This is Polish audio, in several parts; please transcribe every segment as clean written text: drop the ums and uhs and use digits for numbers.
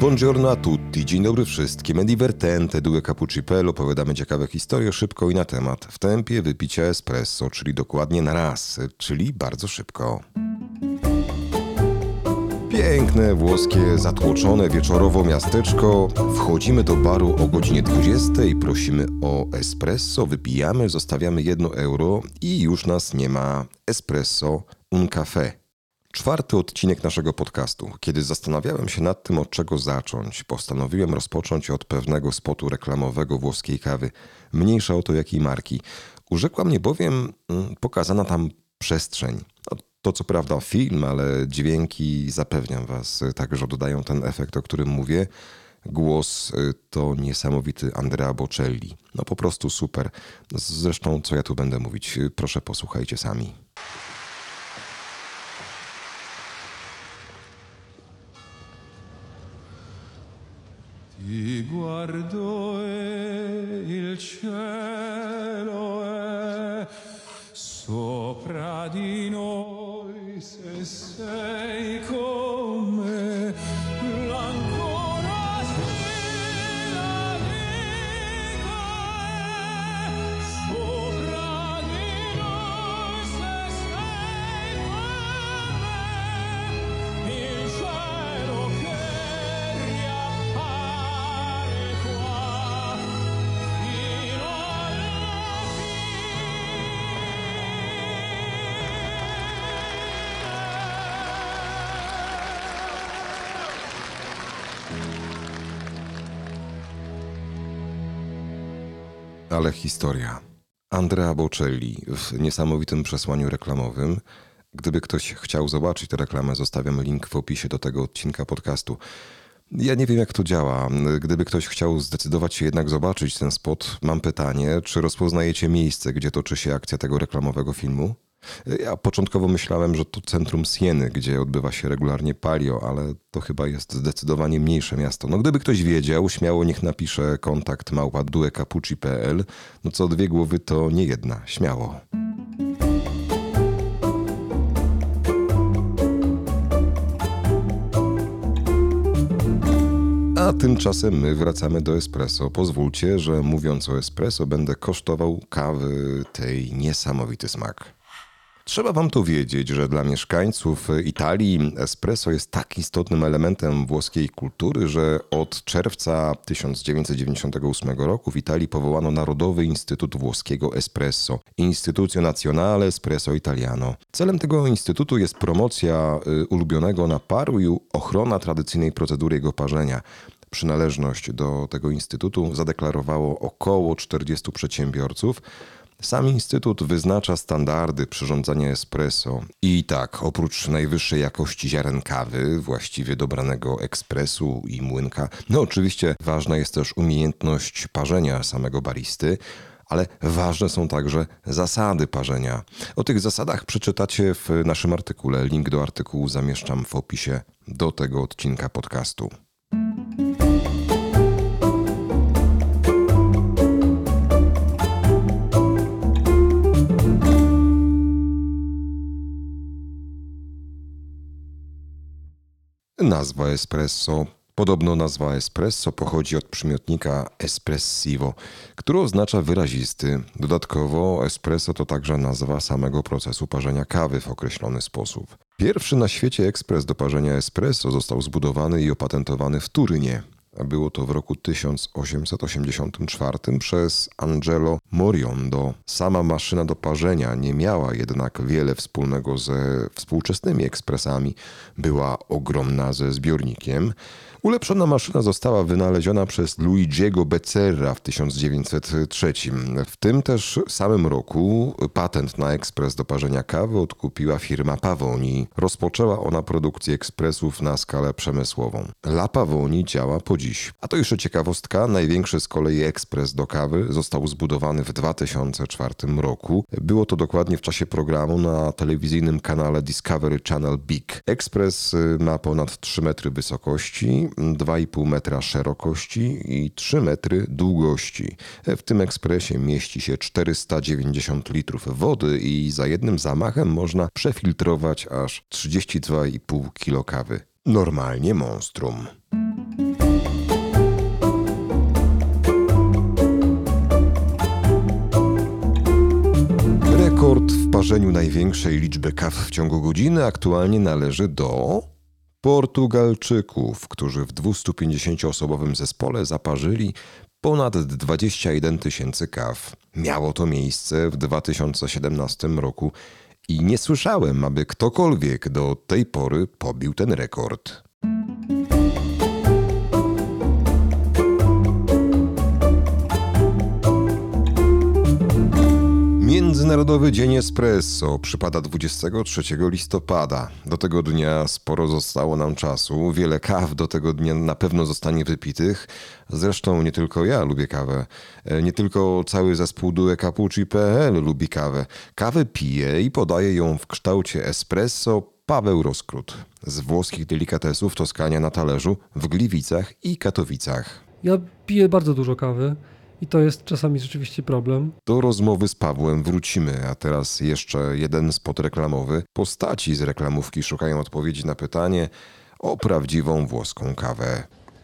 Buongiorno a tutti, dzień dobry wszystkim, è divertente, due cappuccipello, opowiadamy ciekawe historie szybko i na temat, w tempie wypicia espresso, czyli dokładnie na raz, czyli bardzo szybko. Piękne, włoskie, zatłoczone wieczorowo miasteczko. Wchodzimy do baru o godzinie 20 i prosimy o espresso, wypijamy, zostawiamy 1 euro i już nas nie ma. Espresso, un café. 4. odcinek naszego podcastu. Kiedy zastanawiałem się nad tym, od czego zacząć, postanowiłem rozpocząć od pewnego spotu reklamowego włoskiej kawy. Mniejsza o to jakiej marki. Urzekła mnie bowiem pokazana tam przestrzeń. To co prawda film, ale dźwięki, zapewniam was, także oddają ten efekt, o którym mówię. Głos to niesamowity Andrea Bocelli. No po prostu super. Zresztą co ja tu będę mówić, proszę posłuchajcie sami. Ti guardo e il cielo è sopra di noi, se sei con me, l'ancora sveglia vita è sopra di noi, se sei con me, il cielo che riappare qua fino alla Ale historia. Andrea Bocelli w niesamowitym przesłaniu reklamowym. Gdyby ktoś chciał zobaczyć tę reklamę, zostawiam link w opisie do tego odcinka podcastu. Ja nie wiem, jak to działa. Gdyby ktoś chciał zdecydować się jednak zobaczyć ten spot, mam pytanie, czy rozpoznajecie miejsce, gdzie toczy się akcja tego reklamowego filmu? Ja początkowo myślałem, że to centrum Sieny, gdzie odbywa się regularnie Palio, ale to chyba jest zdecydowanie mniejsze miasto. No gdyby ktoś wiedział, śmiało niech napisze kontakt @duecappucci.pl. No co 2 głowy to nie jedna, śmiało. A tymczasem my wracamy do espresso. Pozwólcie, że mówiąc o espresso będę kosztował kawy tej niesamowity smak. Trzeba wam to wiedzieć, że dla mieszkańców Italii espresso jest tak istotnym elementem włoskiej kultury, że od czerwca 1998 roku w Italii powołano Narodowy Instytut Włoskiego Espresso, Istituto Nazionale Espresso Italiano. Celem tego instytutu jest promocja ulubionego naparu i ochrona tradycyjnej procedury jego parzenia. Przynależność do tego instytutu zadeklarowało około 40 przedsiębiorców. Sam instytut wyznacza standardy przyrządzania espresso i tak, oprócz najwyższej jakości ziaren kawy, właściwie dobranego ekspresu i młynka, no oczywiście ważna jest też umiejętność parzenia samego baristy, ale ważne są także zasady parzenia. O tych zasadach przeczytacie w naszym artykule. Link do artykułu zamieszczam w opisie do tego odcinka podcastu. Nazwa espresso. Podobno nazwa espresso pochodzi od przymiotnika espressivo, który oznacza wyrazisty. Dodatkowo espresso to także nazwa samego procesu parzenia kawy w określony sposób. Pierwszy na świecie ekspres do parzenia espresso został zbudowany i opatentowany w Turynie. Było to w roku 1884 przez Angelo Moriondo. Sama maszyna do parzenia nie miała jednak wiele wspólnego ze współczesnymi ekspresami. Była ogromna ze zbiornikiem. Ulepszona maszyna została wynaleziona przez Luigiego Becerra w 1903. W tym też samym roku patent na ekspres do parzenia kawy odkupiła firma Pavoni. Rozpoczęła ona produkcję ekspresów na skalę przemysłową. La Pavoni działa po dziś. A to jeszcze ciekawostka, największy z kolei ekspres do kawy został zbudowany w 2004 roku. Było to dokładnie w czasie programu na telewizyjnym kanale Discovery Channel Big. Ekspres ma ponad 3 metry wysokości, 2,5 metra szerokości i 3 metry długości. W tym ekspresie mieści się 490 litrów wody i za jednym zamachem można przefiltrować aż 32,5 kg kawy. Normalnie monstrum. parzeniu największej liczby kaw w ciągu godziny aktualnie należy do Portugalczyków, którzy w 250-osobowym zespole zaparzyli ponad 21 tysięcy kaw. Miało to miejsce w 2017 roku i nie słyszałem, aby ktokolwiek do tej pory pobił ten rekord. Międzynarodowy Dzień Espresso przypada 23 listopada. Do tego dnia sporo zostało nam czasu. Wiele kaw do tego dnia na pewno zostanie wypitych. Zresztą nie tylko ja lubię kawę. Nie tylko cały zespół Due Cappucci.pl lubi kawę. Kawę pije i podaje ją w kształcie espresso Paweł Roskrót. Z włoskich delikatesów Toskania na talerzu w Gliwicach i Katowicach. Ja piję bardzo dużo kawy i to jest czasami rzeczywiście problem. Do rozmowy z Pawłem wrócimy, a teraz jeszcze jeden spot reklamowy. Postaci z reklamówki szukają odpowiedzi na pytanie o prawdziwą włoską kawę.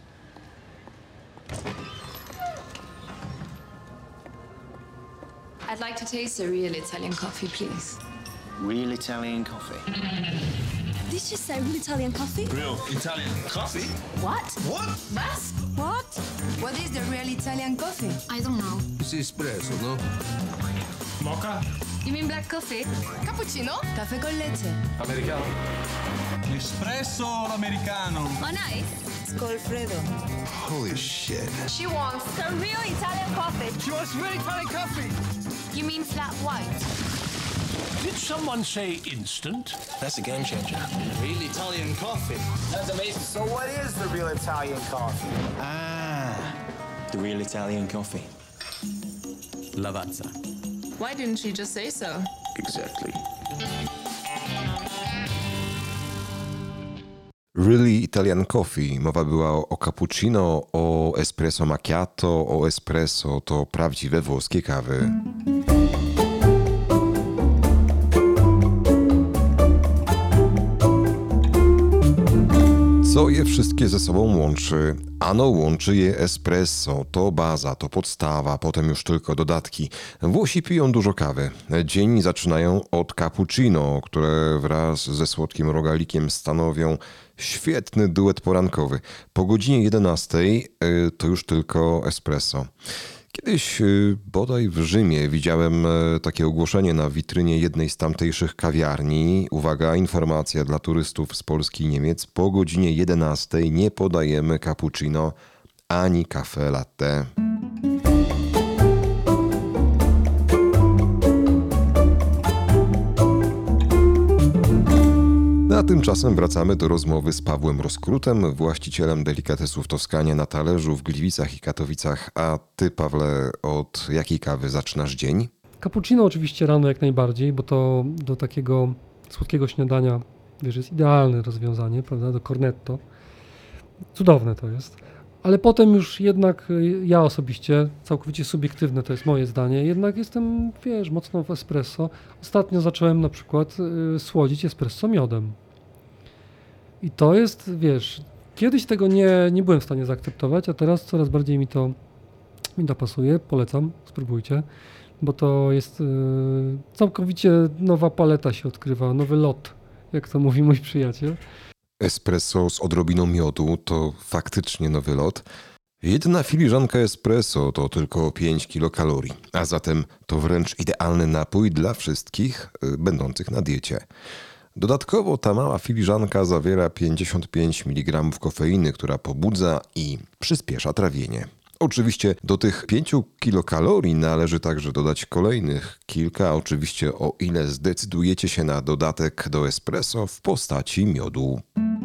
I'd like to taste a real Italian coffee, please. Real Italian coffee. Did you just say real Italian coffee? Real Italian coffee? What? What? Basque? What? What is the real Italian coffee? I don't know. It's espresso, no? Mocha? You mean black coffee? Cappuccino? Caffè con leche. Americano. Espresso americano. Oh, nice. It's called Fredo. Holy shit. She wants The real Italian coffee. She wants real Italian coffee. You mean flat white? Did someone say instant? That's a game changer. Real Italian coffee. That's amazing. So what is the real Italian coffee? Ah, the real Italian coffee. Lavazza. Why didn't she just say so? Exactly. Really Italian Coffee. Mowa była o cappuccino, o espresso macchiato, o espresso. To prawdziwe włoskie kawy. Co je wszystkie ze sobą łączy? Ano łączy je espresso, to baza, to podstawa, potem już tylko dodatki. Włosi piją dużo kawy. Dzień zaczynają od cappuccino, które wraz ze słodkim rogalikiem stanowią świetny duet porankowy. Po godzinie 11 to już tylko espresso. Kiedyś bodaj w Rzymie widziałem takie ogłoszenie na witrynie jednej z tamtejszych kawiarni. Uwaga, informacja dla turystów z Polski i Niemiec. Po godzinie 11 nie podajemy cappuccino ani cafe latte. A tymczasem wracamy do rozmowy z Pawłem Roskrótem, właścicielem delikatesów Toskania na talerzu w Gliwicach i Katowicach. A ty, Pawle, od jakiej kawy zaczynasz dzień? Cappuccino oczywiście rano jak najbardziej, bo to do takiego słodkiego śniadania, wiesz, jest idealne rozwiązanie, prawda, do cornetto. Cudowne to jest. Ale potem już jednak ja osobiście, całkowicie subiektywne to jest moje zdanie, jednak jestem, wiesz, mocno w espresso. Ostatnio zacząłem na przykład słodzić espresso miodem. I to jest, wiesz, kiedyś tego nie byłem w stanie zaakceptować, a teraz coraz bardziej mi to pasuje. Polecam, spróbujcie, bo to jest całkowicie nowa paleta się odkrywa, nowy lot, jak to mówi mój przyjaciel. Espresso z odrobiną miodu to faktycznie nowy lot. Jedna filiżanka espresso to tylko 5 kilokalorii, a zatem to wręcz idealny napój dla wszystkich będących na diecie. Dodatkowo ta mała filiżanka zawiera 55 mg kofeiny, która pobudza i przyspiesza trawienie. Oczywiście do tych 5 kilokalorii należy także dodać kolejnych kilka, oczywiście o ile zdecydujecie się na dodatek do espresso w postaci miodu.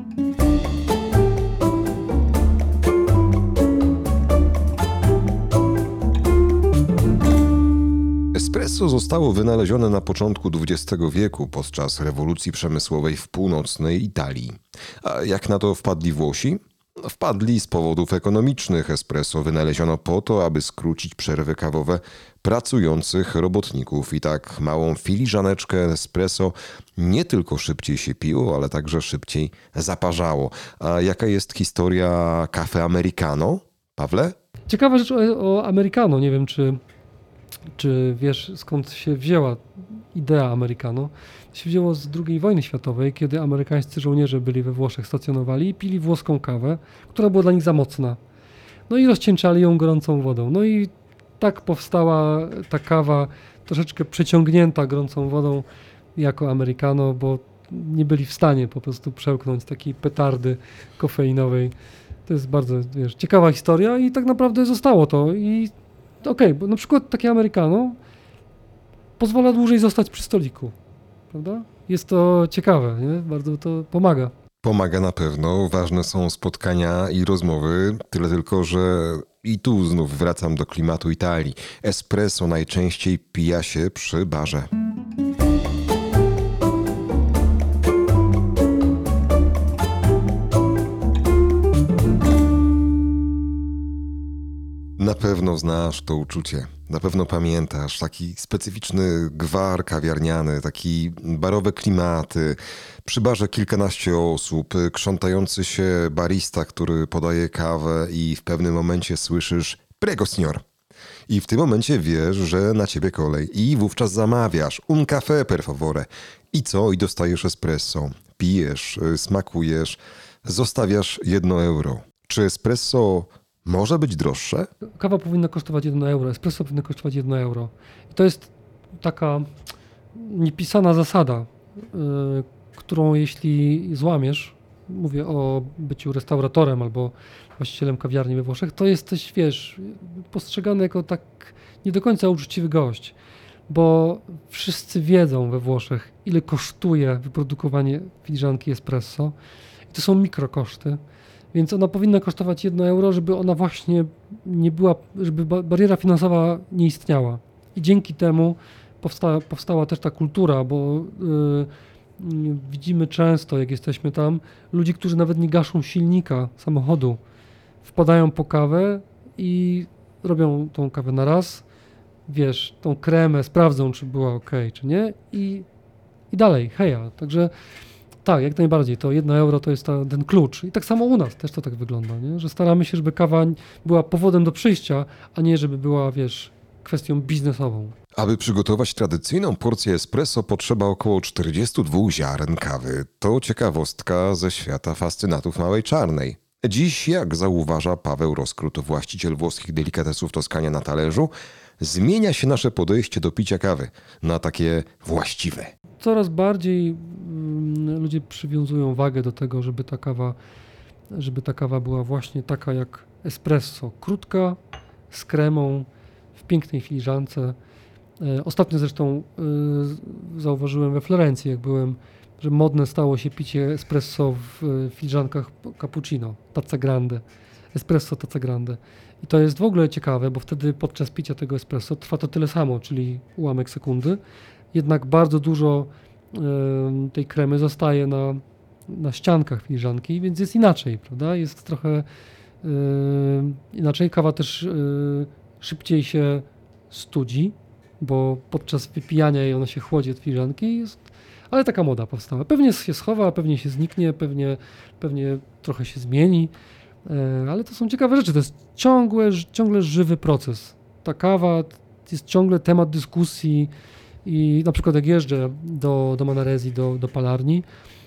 Espresso zostało wynalezione na początku XX wieku podczas rewolucji przemysłowej w północnej Italii. A jak na to wpadli Włosi? Wpadli z powodów ekonomicznych. Espresso wynaleziono po to, aby skrócić przerwy kawowe pracujących robotników. I tak małą filiżaneczkę espresso nie tylko szybciej się piło, ale także szybciej zaparzało. A jaka jest historia cafe americano, Pawle? Ciekawa rzecz o americano. Nie wiem, czy wiesz, skąd się wzięła idea Americano się wzięło z II wojny światowej, kiedy amerykańscy żołnierze byli we Włoszech stacjonowali i pili włoską kawę, która była dla nich za mocna. No i rozcieńczali ją gorącą wodą. No i tak powstała ta kawa troszeczkę przeciągnięta gorącą wodą jako Americano, bo nie byli w stanie po prostu przełknąć takiej petardy kofeinowej. To jest bardzo, ciekawa historia i tak naprawdę zostało to. I okej, bo na przykład takie Americano pozwala dłużej zostać przy stoliku, prawda? Jest to ciekawe, nie? Bardzo to pomaga. Pomaga na pewno, ważne są spotkania i rozmowy, tyle tylko, że i tu znów wracam do klimatu Italii. Espresso najczęściej pija się przy barze. Na pewno znasz to uczucie, na pewno pamiętasz taki specyficzny gwar kawiarniany, taki barowe klimaty, przy barze kilkanaście osób, krzątający się barista, który podaje kawę i w pewnym momencie słyszysz prego signor. I w tym momencie wiesz, że na ciebie kolej i wówczas zamawiasz un café per favore. I co? I dostajesz espresso, pijesz, smakujesz, zostawiasz 1 euro. Czy espresso może być droższe? Kawa powinna kosztować 1 euro, espresso powinno kosztować 1 euro. I to jest taka niepisana zasada, którą jeśli złamiesz, mówię o byciu restauratorem albo właścicielem kawiarni we Włoszech, to jesteś, postrzegany jako tak nie do końca uczciwy gość, bo wszyscy wiedzą we Włoszech, ile kosztuje wyprodukowanie filiżanki espresso i to są mikrokoszty. Więc ona powinna kosztować 1 euro, żeby ona właśnie nie była, żeby bariera finansowa nie istniała. I dzięki temu powstała też ta kultura, bo widzimy często, jak jesteśmy tam, ludzi, którzy nawet nie gaszą silnika samochodu, wpadają po kawę i robią tą kawę na raz, tą kremę, sprawdzą, czy była ok, czy nie i dalej, heja. Także tak, jak najbardziej. To 1 euro to jest ten klucz. I tak samo u nas też to tak wygląda, nie? Że staramy się, żeby kawa była powodem do przyjścia, a nie żeby była, kwestią biznesową. Aby przygotować tradycyjną porcję espresso potrzeba około 42 ziaren kawy. To ciekawostka ze świata fascynatów Małej Czarnej. Dziś, jak zauważa Paweł Roskrót, właściciel włoskich delikatesów Toskania na talerzu, zmienia się nasze podejście do picia kawy na takie właściwe. Coraz bardziej ludzie przywiązują wagę do tego, żeby ta kawa była właśnie taka jak espresso. Krótka, z kremą, w pięknej filiżance. Ostatnio zresztą zauważyłem we Florencji, jak byłem, że modne stało się picie espresso w filiżankach cappuccino, tazza grande. Espresso tazza grande. I to jest w ogóle ciekawe, bo wtedy podczas picia tego espresso trwa to tyle samo, czyli ułamek sekundy. Jednak bardzo dużo tej kremy zostaje na ściankach filiżanki, więc jest inaczej, prawda? Jest trochę inaczej. Kawa też szybciej się studzi, bo podczas wypijania jej ona się chłodzi od filiżanki. Ale taka moda powstała. Pewnie się schowa, pewnie się zniknie, pewnie trochę się zmieni, ale to są ciekawe rzeczy. To jest ciągle żywy proces. Ta kawa jest ciągle temat dyskusji. I na przykład jak jeżdżę do Manaresi, do palarni,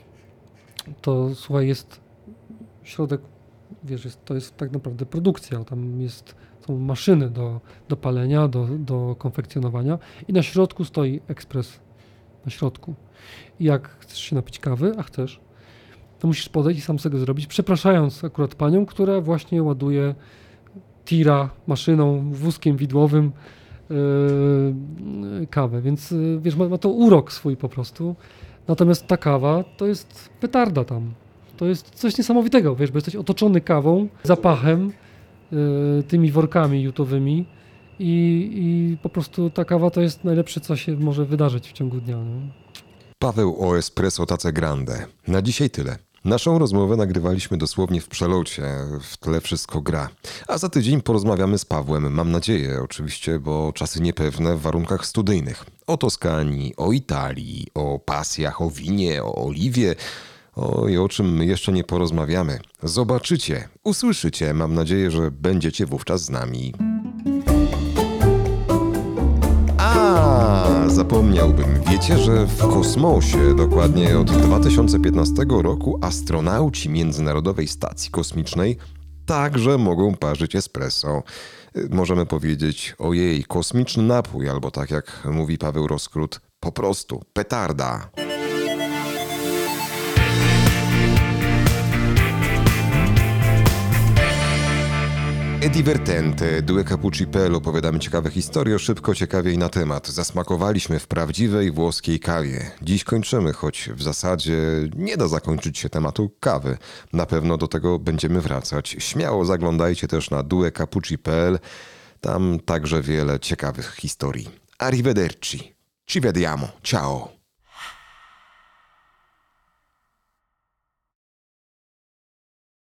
to słuchaj, jest środek, to jest tak naprawdę produkcja, tam są maszyny do palenia, do konfekcjonowania i na środku stoi ekspres, na środku. I jak chcesz się napić kawy, a chcesz, to musisz podejść i sam sobie zrobić, przepraszając akurat panią, która właśnie ładuje tira maszyną, wózkiem widłowym, kawę, więc ma to urok swój po prostu. Natomiast ta kawa to jest petarda tam. To jest coś niesamowitego, bo jesteś otoczony kawą, zapachem, tymi workami jutowymi i po prostu ta kawa to jest najlepsze, co się może wydarzyć w ciągu dnia. No. Paweł o espresso tazza grande. Na dzisiaj tyle. Naszą rozmowę nagrywaliśmy dosłownie w przelocie, w tle wszystko gra. A za tydzień porozmawiamy z Pawłem, mam nadzieję oczywiście, bo czasy niepewne w warunkach studyjnych. O Toskanii, o Italii, o pasjach, o winie, o oliwie, i o czym my jeszcze nie porozmawiamy. Zobaczycie, usłyszycie, mam nadzieję, że będziecie wówczas z nami. A zapomniałbym. Wiecie, że w kosmosie dokładnie od 2015 roku astronauci Międzynarodowej Stacji Kosmicznej także mogą parzyć espresso. Możemy powiedzieć, ojej, kosmiczny napój, albo tak jak mówi Paweł Roskrót, po prostu petarda. E divertente, due cappucci.pl opowiadamy ciekawe historie, szybko, ciekawie i na temat. Zasmakowaliśmy w prawdziwej włoskiej kawie. Dziś kończymy, choć w zasadzie nie da zakończyć się tematu kawy. Na pewno do tego będziemy wracać. Śmiało zaglądajcie też na duecappucci.pl. Tam także wiele ciekawych historii. Arrivederci. Ci vediamo. Ciao.